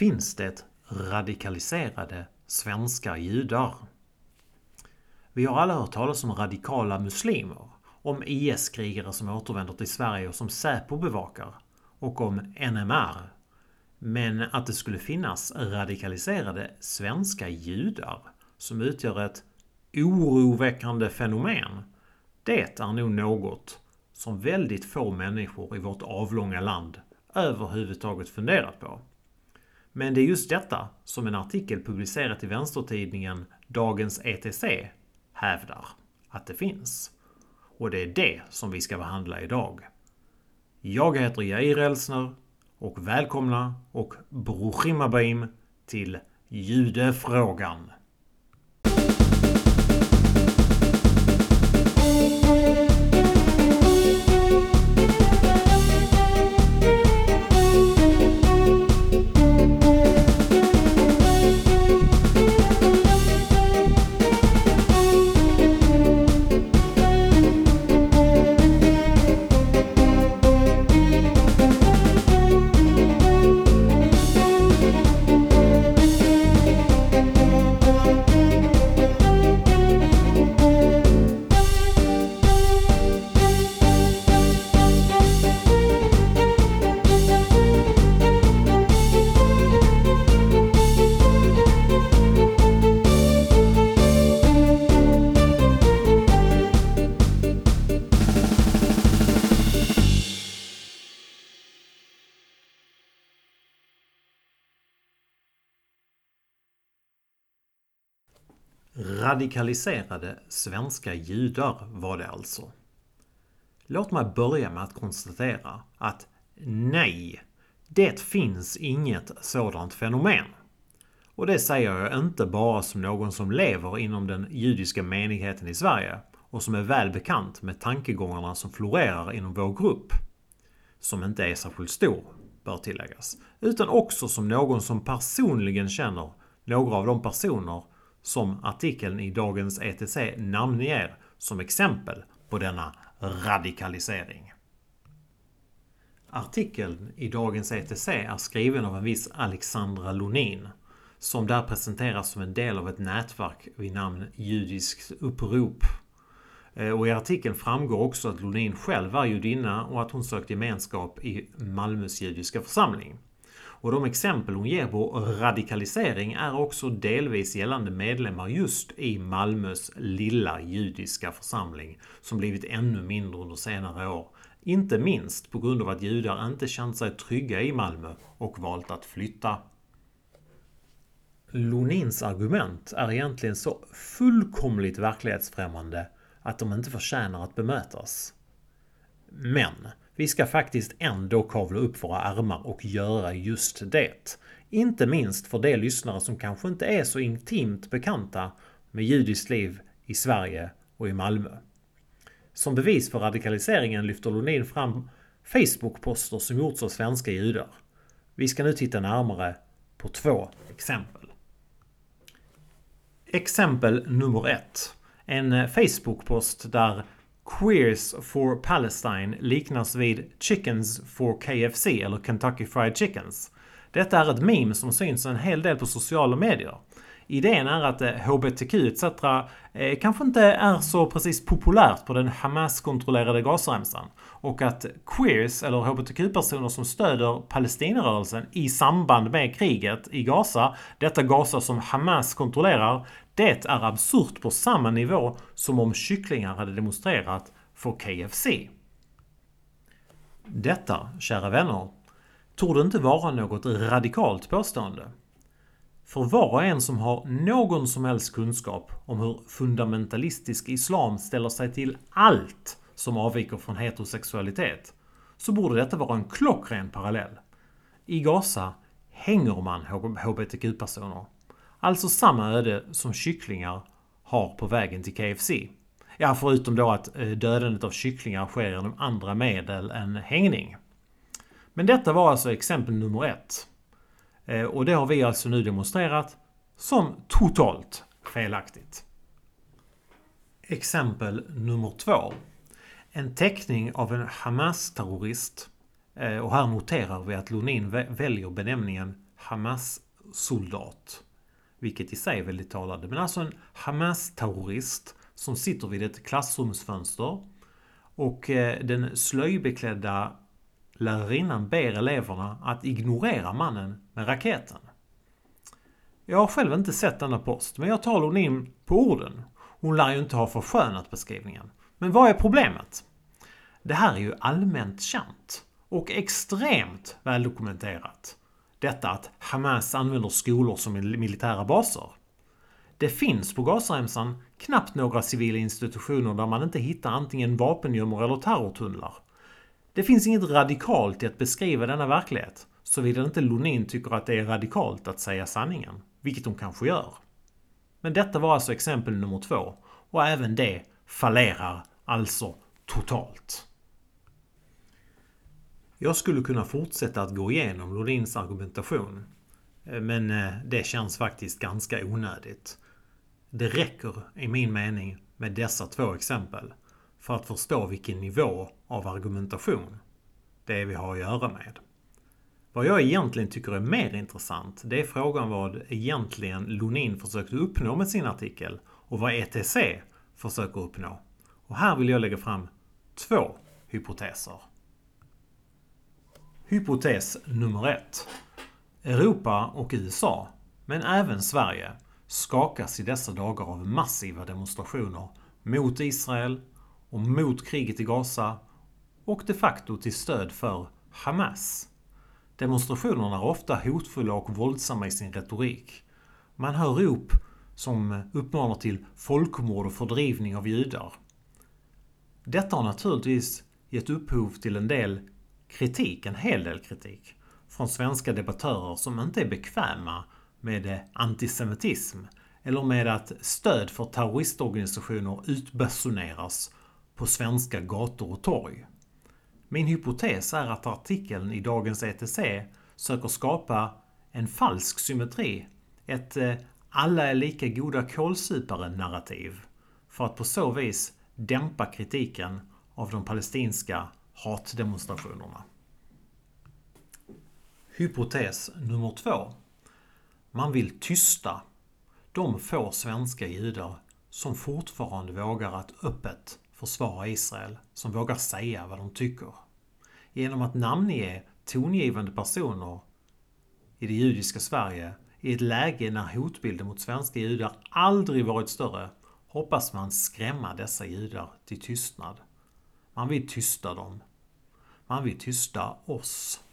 Finns det radikaliserade svenska judar? Vi har alla hört talas om radikala muslimer, om IS-krigare som återvänder till Sverige och som Säpo bevakar, och om NMR. Men att det skulle finnas radikaliserade svenska judar som utgör ett oroväckande fenomen, det är nog något som väldigt få människor i vårt avlånga land överhuvudtaget funderat på. Men det är just detta som en artikel publicerat i vänstertidningen Dagens ETC hävdar att det finns. Och det är det som vi ska behandla idag. Jag heter Jair Elsner och välkomna och Bruchim Habayim till Judefrågan. Radikaliserade svenska judar var det alltså. Låt mig börja med att konstatera att nej, det finns inget sådant fenomen. Och det säger jag inte bara som någon som lever inom den judiska menigheten i Sverige och som är väl bekant med tankegångarna som florerar inom vår grupp, som inte är särskilt stor, bör tilläggas, utan också som någon som personligen känner några av de personer som artikeln i Dagens ETC namnger som exempel på denna radikalisering. Artikeln i Dagens ETC är skriven av en viss Alexandra Lonin, som där presenteras som en del av ett nätverk vid namn Judiskt upprop. Och i artikeln framgår också att Lonin själv är judinna och att hon sökt gemenskap i Malmös judiska församling. Och de exempel hon ger på radikalisering är också delvis gällande medlemmar just i Malmös lilla judiska församling som blivit ännu mindre under senare år. Inte minst på grund av att judar inte känt sig trygga i Malmö och valt att flytta. Lonins argument är egentligen så fullkomligt verklighetsfrämmande att de inte förtjänar att bemötas. Men vi ska faktiskt ändå kavla upp våra ärmar och göra just det. Inte minst för de lyssnare som kanske inte är så intimt bekanta med judiskt liv i Sverige och i Malmö. Som bevis för radikaliseringen lyfter Lonin fram Facebook-poster som gjorts av svenska judar. Vi ska nu titta närmare på 2 exempel. Exempel nummer 1. En Facebook-post där Queers for Palestine liknas vid Chickens for KFC eller Kentucky Fried Chickens. Detta är ett meme som syns en hel del på sociala medier. Idén är att HBTQ etc. Kanske inte är så precis populärt på den Hamas-kontrollerade Gazaremsan och att queers eller HBTQ-personer som stöder Palestinarörelsen i samband med kriget i Gaza, detta Gaza som Hamas kontrollerar, det är absurt på samma nivå som om kycklingar hade demonstrerat för KFC. Detta, kära vänner, torde inte vara något radikalt påstående. För var och en som har någon som helst kunskap om hur fundamentalistisk islam ställer sig till allt som avviker från heterosexualitet, så borde detta vara en klockren parallell. I Gaza hänger man HBTQ-personer. Alltså samma öde som kycklingar har på vägen till KFC. Ja, förutom då att dödandet av kycklingar sker genom andra medel än hängning. Men detta var alltså exempel nummer 1. Och det har vi alltså nu demonstrerat som totalt felaktigt. Exempel nummer 2. En teckning av en Hamas-terrorist. Och här noterar vi att Lonin väljer benämningen Hamas-soldat. Vilket i sig är väldigt talande. Men alltså en Hamas-terrorist som sitter vid ett klassrumsfönster och den slöjbeklädda lärarinnan ber eleverna att ignorera mannen med raketen. Jag har själv inte sett denna post, men jag tar Lonin på orden. Hon lär ju inte ha förskönat beskrivningen. Men vad är problemet? Det här är ju allmänt känt och extremt väldokumenterat. Detta att Hamas använder skolor som militära baser. Det finns på Gazaremsan knappt några civila institutioner där man inte hittar antingen vapengömmor eller terrortunnlar. Det finns inget radikalt i att beskriva denna verklighet, såvida inte Lonin tycker att det är radikalt att säga sanningen, vilket de kanske gör. Men detta var alltså exempel nummer 2, och även det fallerar alltså totalt. Jag skulle kunna fortsätta att gå igenom Lonins argumentation, men det känns faktiskt ganska onödigt. Det räcker i min mening med dessa 2 exempel för att förstå vilken nivå av argumentation det är vi har att göra med. Vad jag egentligen tycker är mer intressant, det är frågan vad egentligen Lonin försökte uppnå med sin artikel och vad ETC försöker uppnå. Och här vill jag lägga fram 2 hypoteser. Hypotes nummer 1. Europa och USA, men även Sverige, skakas i dessa dagar av massiva demonstrationer mot Israel och mot kriget i Gaza och de facto till stöd för Hamas. Demonstrationerna är ofta hotfulla och våldsamma i sin retorik. Man hör rop som uppmanar till folkmord och fördrivning av judar. Detta har naturligtvis gett upphov till en hel del kritik från svenska debattörer som inte är bekväma med antisemitism eller med att stöd för terroristorganisationer utbasuneras på svenska gator och torg. Min hypotes är att artikeln i dagens ETC söker skapa en falsk symmetri, ett alla är lika goda kålsupare-narrativ, för att på så vis dämpa kritiken av de palestinska hatdemonstrationerna. Hypotes nummer 2. Man vill tysta de få svenska judar som fortfarande vågar att öppet försvara Israel, som vågar säga vad de tycker. Genom att namnge tongivande personer i det judiska Sverige i ett läge när hotbilden mot svenska judar aldrig varit större, hoppas man skrämma dessa judar till tystnad. Man vill tysta dem. Man vill tysta oss.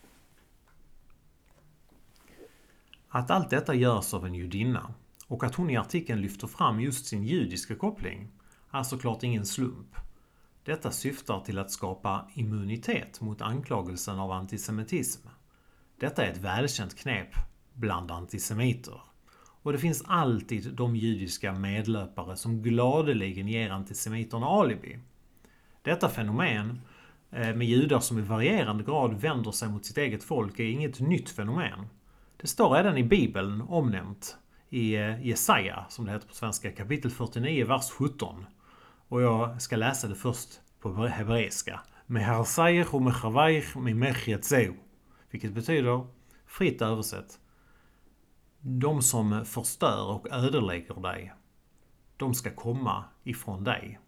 Att allt detta görs av en judinna och att hon i artikeln lyfter fram just sin judiska koppling är såklart ingen slump. Detta syftar till att skapa immunitet mot anklagelsen av antisemitism. Detta är ett välkänt knep bland antisemiter. Och det finns alltid de judiska medlöpare som gladeligen ger antisemiterna alibi. Detta fenomen med judar som i varierande grad vänder sig mot sitt eget folk är inget nytt fenomen. Det står redan i Bibeln omnämnt i Jesaja, som det heter på svenska, kapitel 49, vers 17. Och jag ska läsa det först på hebreiska. Meharsaich och mechavaich mimech yatzeu. Vilket betyder, fritt översatt, de som förstör och ödelägger dig, de ska komma ifrån dig.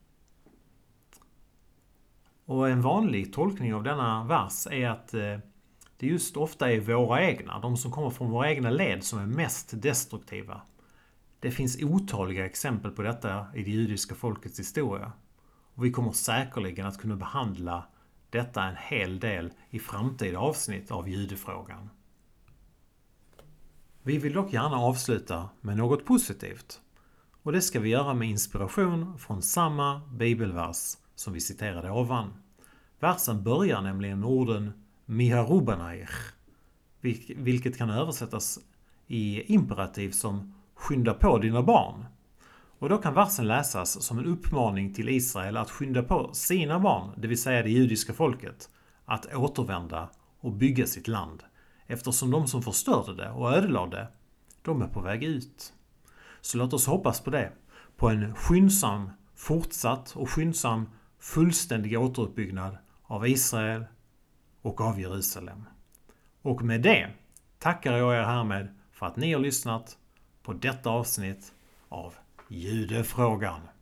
Och en vanlig tolkning av denna vers är att det just ofta är våra egna, de som kommer från våra egna led, som är mest destruktiva. Det finns otaliga exempel på detta i det judiska folkets historia. Och vi kommer säkerligen att kunna behandla detta en hel del i framtida avsnitt av judefrågan. Vi vill dock gärna avsluta med något positivt. Och det ska vi göra med inspiration från samma bibelvers som vi citerade ovan. Versen börjar nämligen med orden miharubanaich, vilket kan översättas i imperativ som skynda på dina barn. Och då kan versen läsas som en uppmaning till Israel att skynda på sina barn, det vill säga det judiska folket, att återvända och bygga sitt land, eftersom de som förstörde det och ödelade, de är på väg ut. Så låt oss hoppas på det, på en skyndsam, fortsatt och skyndsam fullständig återuppbyggnad av Israel och av Jerusalem. Och med det tackar jag er härmed för att ni har lyssnat på detta avsnitt av Judefrågan.